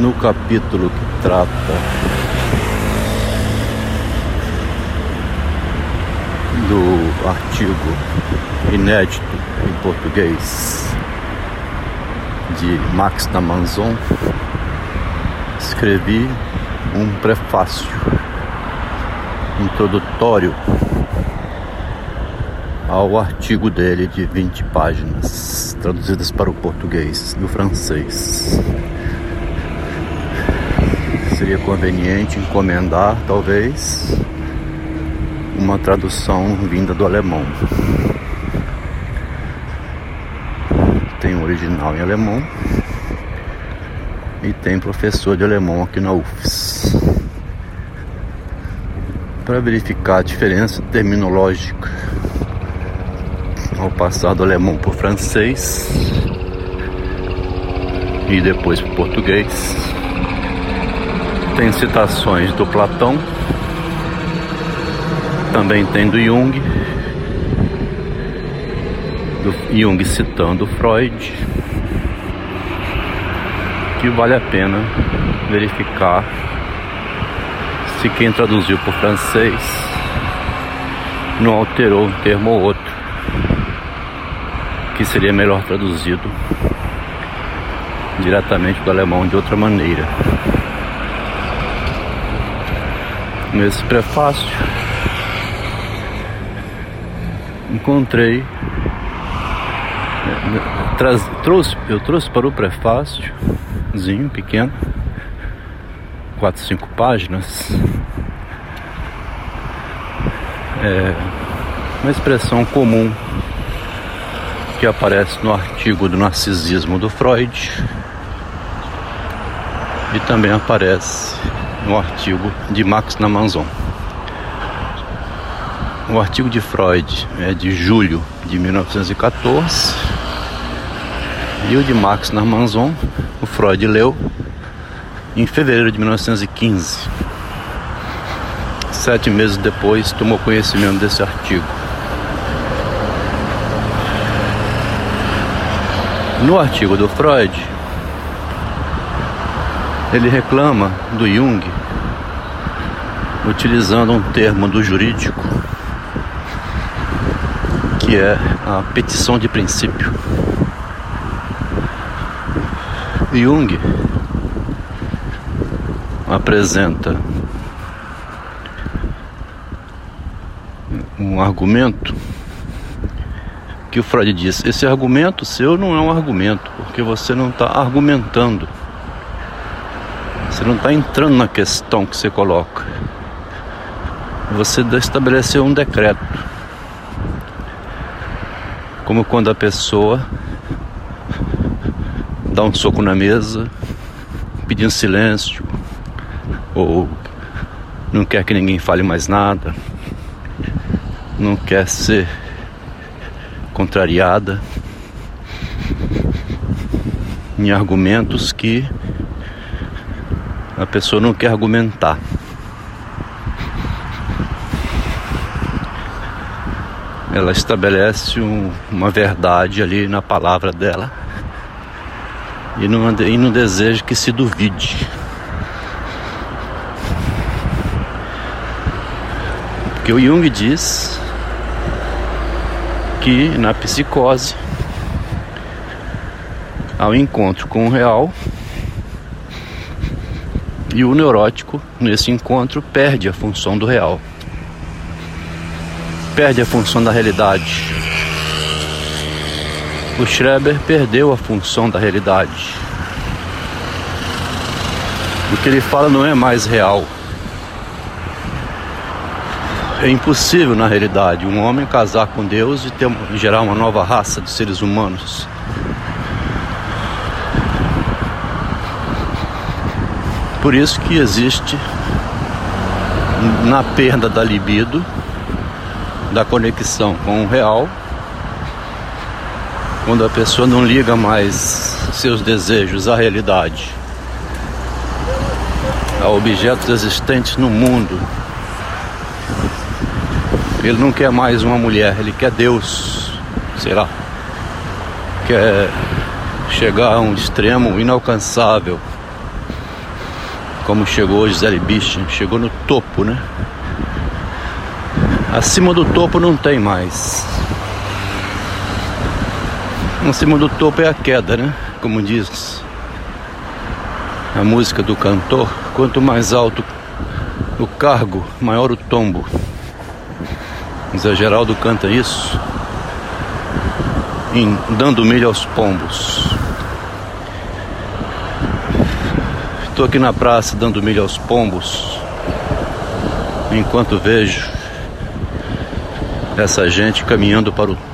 no capítulo que trata do artigo inédito em português de Max Damanzon, escrevi um prefácio introdutório ao artigo dele de 20 páginas, traduzidas para o português e o francês. Seria conveniente encomendar, talvez, uma tradução vinda do alemão. Tem um original em alemão e tem professor de alemão aqui na UFES, para verificar a diferença terminológica ao passar do alemão para o francês e depois para o português. Tem citações do Platão, também tem do Jung citando Freud, que vale a pena verificar se quem traduziu para o francês não alterou um termo ou outro que seria melhor traduzido diretamente do alemão de outra maneira. Nesse prefácio encontrei, eu trouxe para o prefáciozinho pequeno, 4, 5 páginas, uma expressão comum que aparece no artigo do narcisismo do Freud e também aparece no artigo de Max Damanzon. O artigo de Freud é de julho de 1914 e o de Max Damanzon, o Freud leu em fevereiro de 1915. 7 meses depois tomou conhecimento desse artigo. No artigo do Freud, ele reclama do Jung utilizando um termo do jurídico que é a petição de princípio. Jung apresenta um argumento que o Freud diz: esse argumento seu não é um argumento, porque você não está argumentando, você não está entrando na questão que você coloca, você estabeleceu um decreto, como quando a pessoa dá um soco na mesa pedindo silêncio, ou não quer que ninguém fale mais nada, não quer ser contrariada em argumentos que a pessoa não quer argumentar. Ela estabelece uma verdade ali na palavra dela e não deseja que se duvide. Porque o Jung diz que na psicose há um encontro com o real e o neurótico nesse encontro perde a função do real, perde a função da realidade. O Schreber perdeu a função da realidade. O que ele fala não é mais real. É impossível, na realidade, um homem casar com Deus e gerar uma nova raça de seres humanos. Por isso que existe, na perda da libido, da conexão com o real, quando a pessoa não liga mais seus desejos à realidade, a objetos existentes no mundo. Ele não quer mais uma mulher, ele quer Deus, sei lá, quer chegar a um extremo inalcançável como chegou Gisele Bündchen, chegou no topo, né? Acima do topo não tem mais. Acima do topo é a queda, né? Como diz a música do cantor, quanto mais alto o cargo, maior o tombo. Zé Geraldo canta isso em Dando Milho aos Pombos. Estou aqui na praça dando milho aos pombos, enquanto vejo essa gente caminhando para o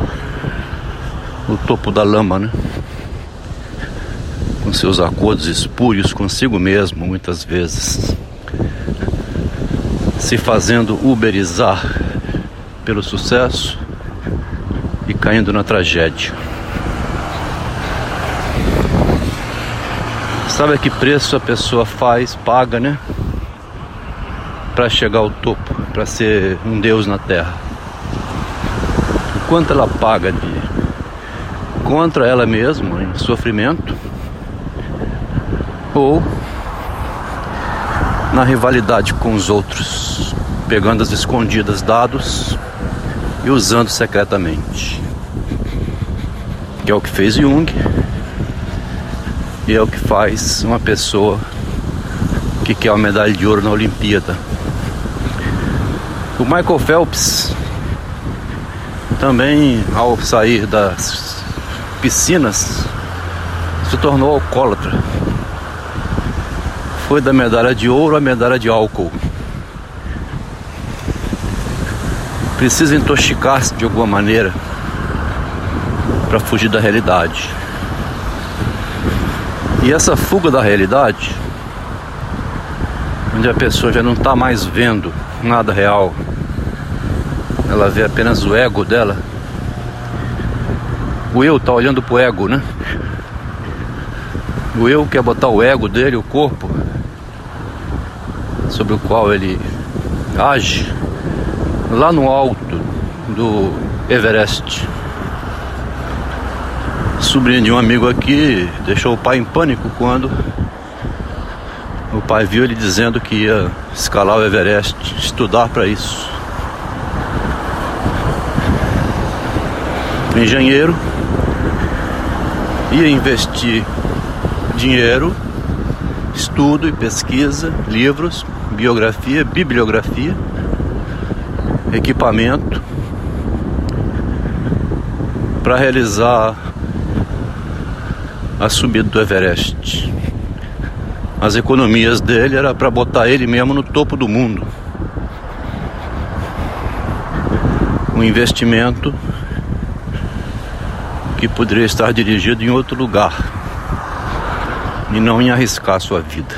topo da lama, né? Com seus acordos espúrios consigo mesmo, muitas vezes, se fazendo uberizar pelo sucesso e caindo na tragédia. Sabe a que preço a pessoa paga, né? Para chegar ao topo, para ser um Deus na Terra. O quanto ela paga contra ela mesma, em sofrimento, ou na rivalidade com os outros, pegando as escondidas dados e usando secretamente. Que é o que fez Jung. E é o que faz uma pessoa que quer uma medalha de ouro na Olimpíada. O Michael Phelps também, ao sair das piscinas, se tornou alcoólatra. Foi da medalha de ouro à medalha de álcool. Precisa intoxicar-se de alguma maneira para fugir da realidade. E essa fuga da realidade, onde a pessoa já não está mais vendo nada real, ela vê apenas o ego dela. O eu está olhando para o ego, né? O eu quer botar o ego dele, o corpo, sobre o qual ele age, lá no alto do Everest. Sobrinho de um amigo aqui deixou o pai em pânico quando o pai viu ele dizendo que ia escalar o Everest, estudar para isso. O engenheiro ia investir dinheiro, estudo e pesquisa, livros, bibliografia, equipamento para realizar a subida do Everest. As economias dele era para botar ele mesmo no topo do mundo. Um investimento que poderia estar dirigido em outro lugar e não em arriscar sua vida.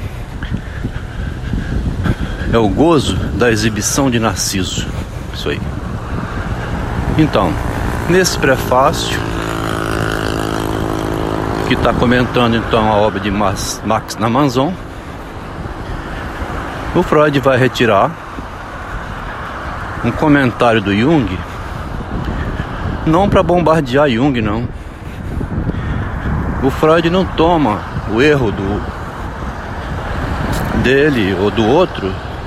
É o gozo da exibição de Narciso. Isso aí. Então, nesse prefácio, que está comentando então a obra de Max Namanzon, o Freud vai retirar um comentário do Jung, não para bombardear Jung, não. O Freud não toma o erro dele ou do outro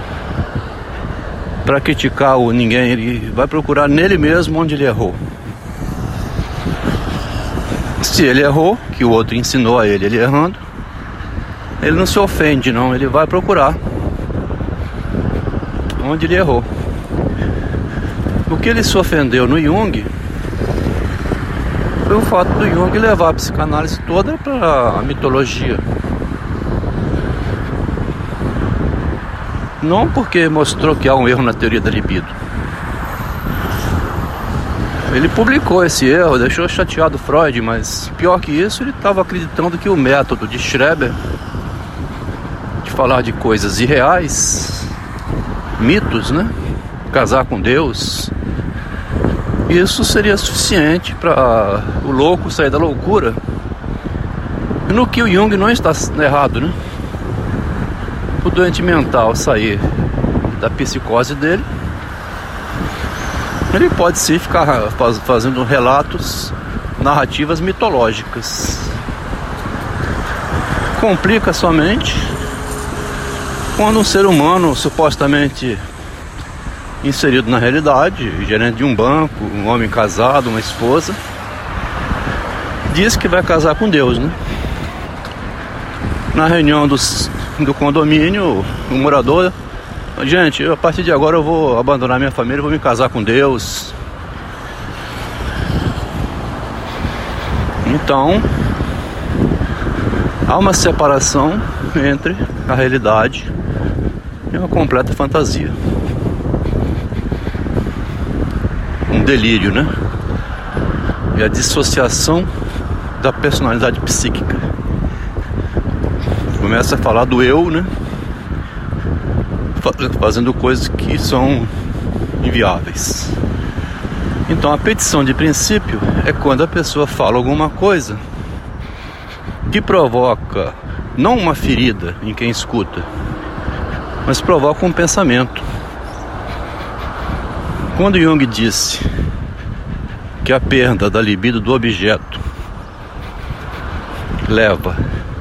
para criticar ninguém. Ele vai procurar nele mesmo onde ele errou. Se ele errou, que o outro ensinou a ele errando, ele não se ofende, não. Ele vai procurar onde ele errou. O que ele se ofendeu no Jung foi o fato do Jung levar a psicanálise toda para a mitologia. Não porque mostrou que há um erro na teoria da libido. Ele publicou esse erro, deixou chateado Freud, mas pior que isso, ele estava acreditando que o método de Schreber, de falar de coisas irreais, mitos, né? Casar com Deus, isso seria suficiente para o louco sair da loucura. No que o Jung não está errado, né? O doente mental sair da psicose dele, ele pode sim ficar fazendo relatos, narrativas mitológicas. Complica sua mente Quando um ser humano supostamente inserido na realidade, gerente de um banco, um homem casado, uma esposa, diz que vai casar com Deus, né? Na reunião do condomínio, o morador: gente, a partir de agora eu vou abandonar minha família, vou me casar com Deus. Então, há uma separação entre a realidade e uma completa fantasia. Um delírio, né? E a dissociação da personalidade psíquica. Começa a falar do eu, né? Fazendo coisas que são inviáveis. Então a petição de princípio é quando a pessoa fala alguma coisa que provoca não uma ferida em quem escuta, mas provoca um pensamento. Quando Jung disse que a perda da libido do objeto leva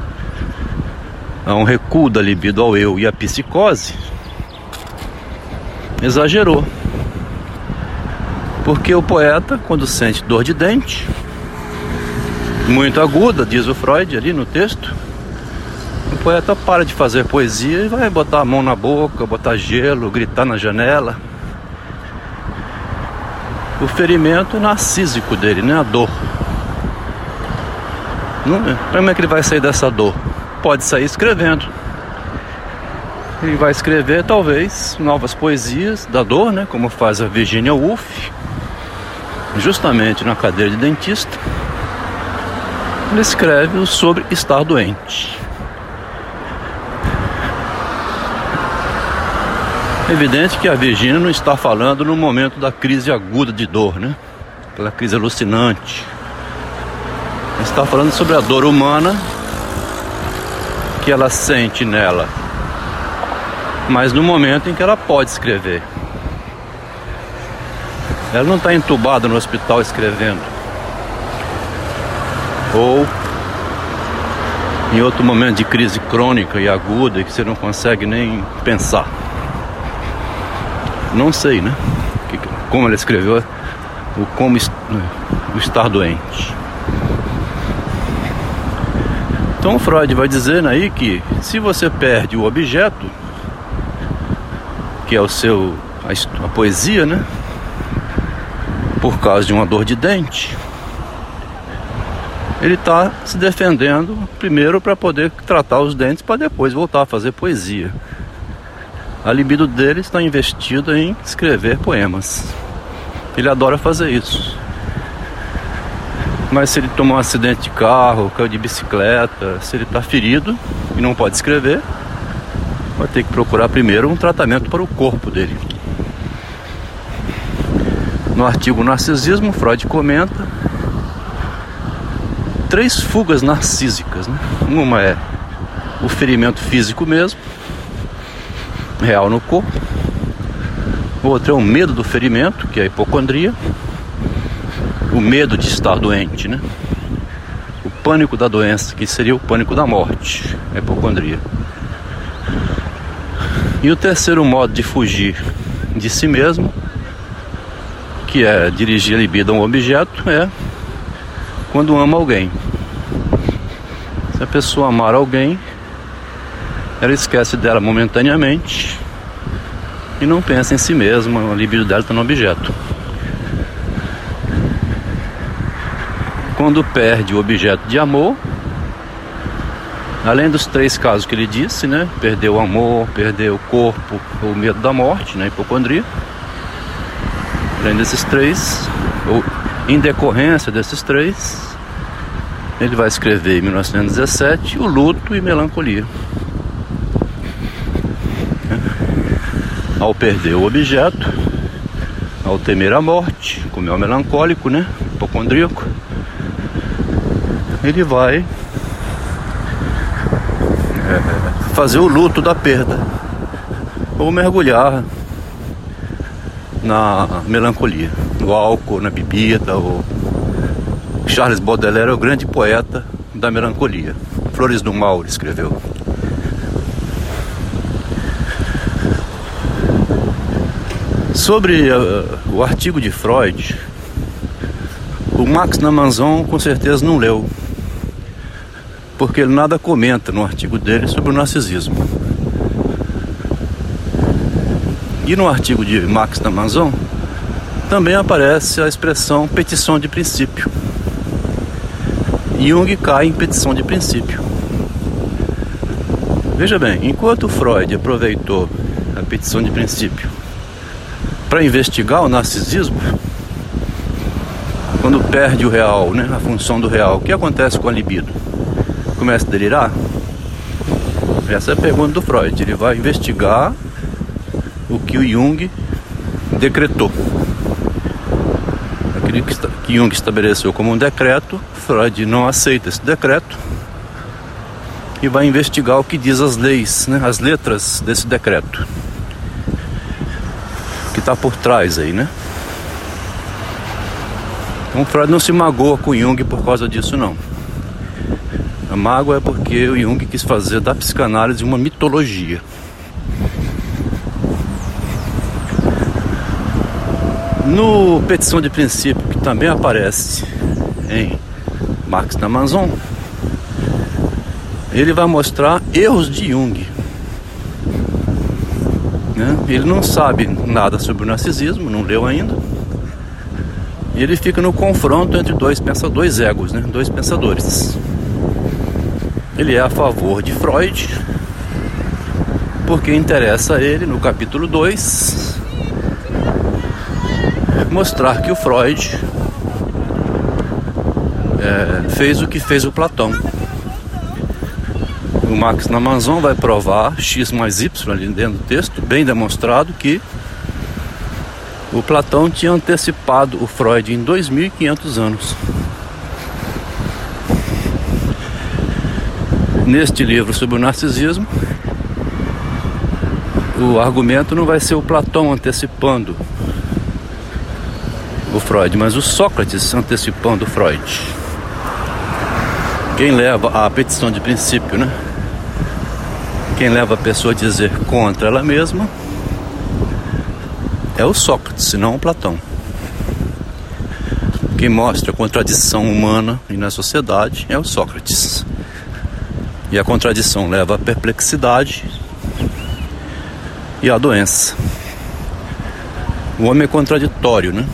a um recuo da libido ao eu e à psicose, exagerou. Porque o poeta, quando sente dor de dente, muito aguda, diz o Freud ali no texto, o poeta para de fazer poesia e vai botar a mão na boca, botar gelo, gritar na janela. O ferimento narcísico dele, né? A dor. Como é que ele vai sair dessa dor? Pode sair escrevendo. Ele vai escrever, talvez, novas poesias da dor, né? Como faz a Virginia Woolf, justamente na cadeira de dentista. Ele escreve sobre estar doente. É evidente que a Virginia não está falando no momento da crise aguda de dor, né? Aquela crise alucinante. Ela está falando sobre a dor humana que ela sente nela, mas no momento em que ela pode escrever. Ela não está entubada no hospital escrevendo, ou em outro momento de crise crônica e aguda que você não consegue nem pensar. Não sei, né? Como ela escreveu o estar doente. Então Freud vai dizer aí que se você perde o objeto, que é a poesia, né? Por causa de uma dor de dente, ele está se defendendo primeiro para poder tratar os dentes, para depois voltar a fazer poesia. A libido dele está investida em escrever poemas. Ele adora fazer isso. Mas se ele tomar um acidente de carro, caiu de bicicleta, se ele está ferido e não pode escrever, vai ter que procurar primeiro um tratamento para o corpo dele. No artigo Narcisismo, Freud comenta 3 fugas narcísicas, né? Uma é o ferimento físico mesmo, real no corpo. Outra é o medo do ferimento, que é a hipocondria. O medo de estar doente, né? O pânico da doença, que seria o pânico da morte, a hipocondria. E o terceiro modo de fugir de si mesmo, que é dirigir a libido a um objeto, é quando ama alguém. Se a pessoa amar alguém, ela esquece dela momentaneamente e não pensa em si mesma, a libido dela está no objeto. Quando perde o objeto de amor, além dos 3 casos que ele disse, né? Perdeu o amor, perdeu o corpo, o medo da morte, né? Hipocondria. Além desses 3, ou em decorrência desses 3, ele vai escrever em 1917 o luto e melancolia. Ao perder o objeto, ao temer a morte, como é o melancólico, né? Hipocondríaco, ele vai fazer o luto da perda, ou mergulhar na melancolia, no álcool, na bebida. Charles Baudelaire é o grande poeta da melancolia. Flores do Mal, ele escreveu. Sobre o artigo de Freud, o Max Namanzon com certeza não leu, porque ele nada comenta no artigo dele sobre o narcisismo. E no artigo de Max Namanzon também aparece a expressão petição de princípio. Jung cai em petição de princípio. Veja bem, enquanto Freud aproveitou a petição de princípio para investigar o narcisismo, quando perde o real, né, a função do real, o que acontece com a libido? Começa a delirar? Essa é a pergunta do Freud. Ele vai investigar o que o Jung decretou. Aquilo que Jung estabeleceu como um decreto, Freud não aceita esse decreto e vai investigar o que diz as leis, né, as letras desse decreto, que está por trás aí, né? Então Freud não se magoa com Jung por causa disso, não. A mágoa é porque o Jung quis fazer da psicanálise uma mitologia. No Petição de Princípio, que também aparece em Max Namanzon, ele vai mostrar erros de Jung, né? Ele não sabe nada sobre o narcisismo, não leu ainda. E ele fica no confronto entre dois egos, né? Dois pensadores. Ele é a favor de Freud, porque interessa a ele, no capítulo 2, mostrar que o Freud fez o que fez o Platão. O Max Namanzon vai provar X mais Y ali dentro do texto, bem demonstrado, que o Platão tinha antecipado o Freud em 2.500 anos. Neste livro sobre o narcisismo, o argumento não vai ser o Platão antecipando o Freud, mas o Sócrates antecipando o Freud. Quem leva a petição de princípio, né? Quem leva a pessoa a dizer contra ela mesma é o Sócrates, não o Platão. Quem mostra a contradição humana e na sociedade é o Sócrates. E a contradição leva à perplexidade e à doença. O homem é contraditório, né?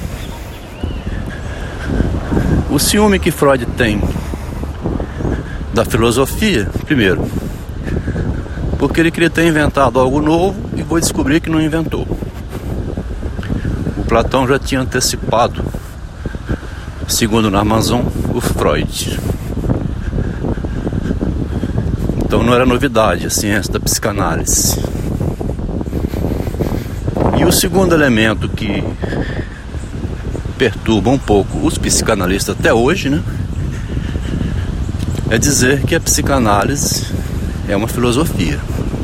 O ciúme que Freud tem da filosofia, primeiro, porque ele queria ter inventado algo novo e foi descobrir que não inventou. O Platão já tinha antecipado, segundo Namanzon, o Freud. Então não era novidade a ciência da psicanálise. E o segundo elemento que perturba um pouco os psicanalistas até hoje, né, é dizer que a psicanálise é uma filosofia.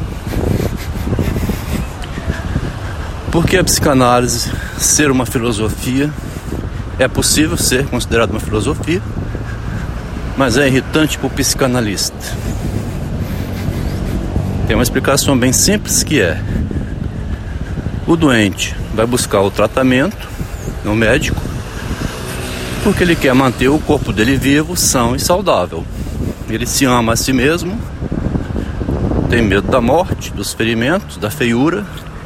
Porque a psicanálise ser uma filosofia, é possível ser considerada uma filosofia, mas é irritante para o psicanalista. Tem uma explicação bem simples, que é: o doente vai buscar o tratamento no médico porque ele quer manter o corpo dele vivo, são e saudável. Ele se ama a si mesmo, tem medo da morte, dos ferimentos, da feiura,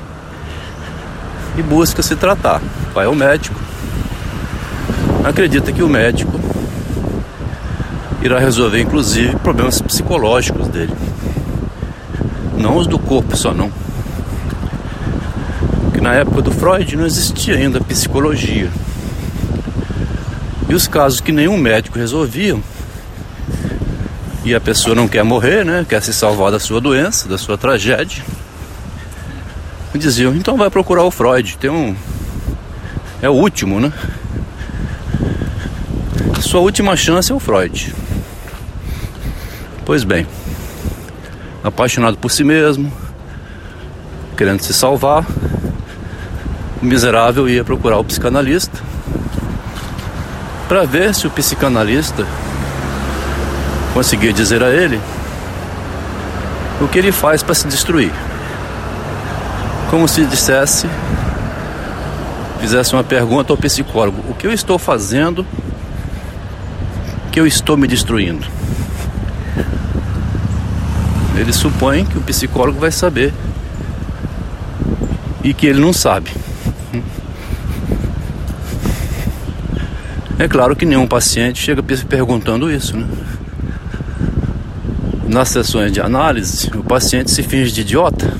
e busca se tratar. Vai ao médico, acredita que o médico irá resolver inclusive problemas psicológicos dele, não os do corpo só não. Porque na época do Freud não existia ainda psicologia. E os casos que nenhum médico resolvia, e a pessoa não quer morrer, né? Quer se salvar da sua doença, da sua tragédia, diziam, então vai procurar o Freud, é o último, né? Sua última chance é o Freud. Pois bem, apaixonado por si mesmo, querendo se salvar, o miserável ia procurar o psicanalista para ver se o psicanalista conseguia dizer a ele o que ele faz para se destruir. Como se dissesse: fizesse uma pergunta ao psicólogo: o que eu estou fazendo que eu estou me destruindo? Ele supõe que o psicólogo vai saber e que ele não sabe. É claro que nenhum paciente chega perguntando isso, né? Nas sessões de análise, o paciente se finge de idiota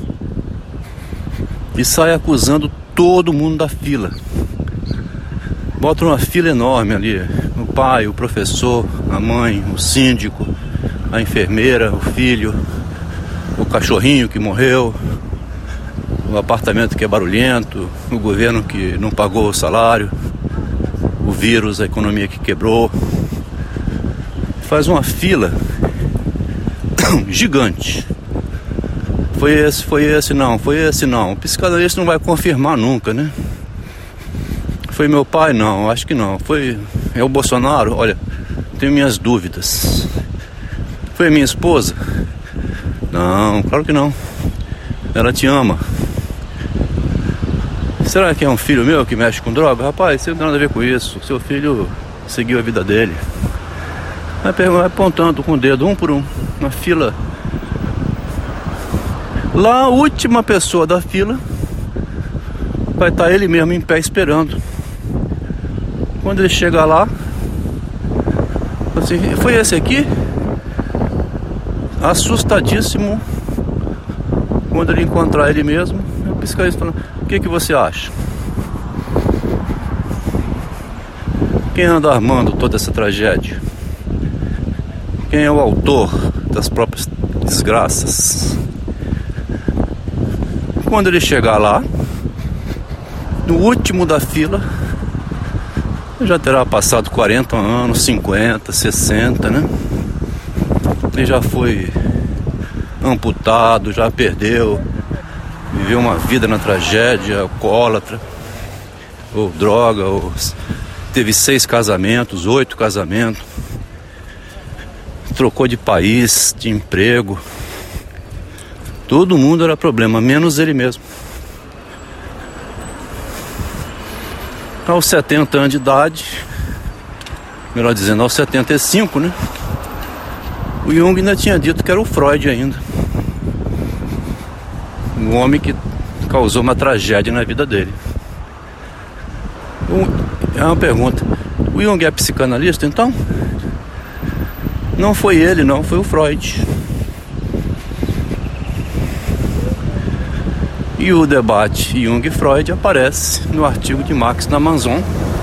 e sai acusando todo mundo da fila. Bota uma fila enorme ali: o pai, o professor, a mãe, o síndico, a enfermeira, o filho, o cachorrinho que morreu, o apartamento que é barulhento, o governo que não pagou o salário, o vírus, a economia que quebrou. Faz uma fila gigante. Foi esse não. O psicanalista não vai confirmar nunca, né? Foi meu pai? Não, acho que não. É o Bolsonaro? Olha, tenho minhas dúvidas. Foi minha esposa? Não, claro que não. Ela te ama. Será que é um filho meu que mexe com droga? Rapaz, isso não tem nada a ver com isso. Seu filho seguiu a vida dele. Vai apontando com o dedo, um por um, na fila. Lá, a última pessoa da fila vai estar ele mesmo em pé esperando. Quando ele chega lá, assim: foi esse aqui? Assustadíssimo. Quando ele encontrar ele mesmo, o psicanalista fala: o que você acha? Quem anda armando toda essa tragédia? Quem é o autor das próprias desgraças? Quando ele chegar lá, no último da fila, já terá passado 40 anos, 50, 60, né? Ele já foi amputado, já perdeu, viveu uma vida na tragédia, alcoólatra, ou droga, ou teve 6 casamentos, 8 casamentos, trocou de país, de emprego. Todo mundo era problema, menos ele mesmo. Aos 70 anos de idade, melhor dizendo, aos 75, né? O Jung ainda tinha dito que era o Freud ainda. Um homem que causou uma tragédia na vida dele. É uma pergunta: o Jung é psicanalista, então? Não foi ele, não, foi o Freud. E o debate Jung e Freud aparece no artigo de Marx na Amazon.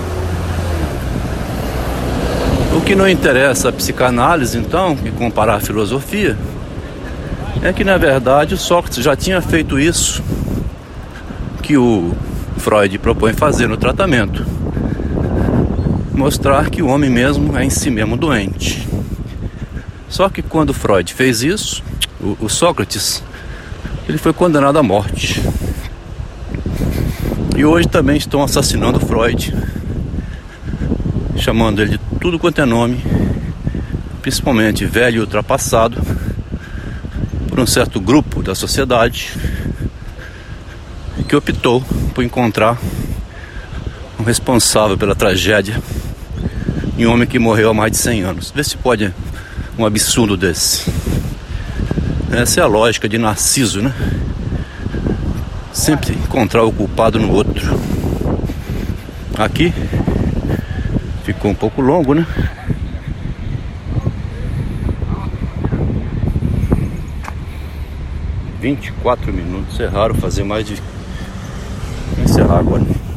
O que não interessa a psicanálise, então, e comparar a filosofia, é que, na verdade, o Sócrates já tinha feito isso que o Freud propõe fazer no tratamento: mostrar que o homem mesmo é em si mesmo doente. Só que quando Freud fez isso, o Sócrates, ele foi condenado à morte. E hoje também estão assassinando Freud, chamando ele de tudo quanto é nome, principalmente velho e ultrapassado, por um certo grupo da sociedade que optou por encontrar um responsável pela tragédia em um homem que morreu há mais de 100 anos. Vê se pode um absurdo desse. Essa é a lógica de Narciso, né? Sempre encontrar o culpado no outro. Aqui ficou um pouco longo, né? (24 minutos). É raro fazer mais de... Vou encerrar agora.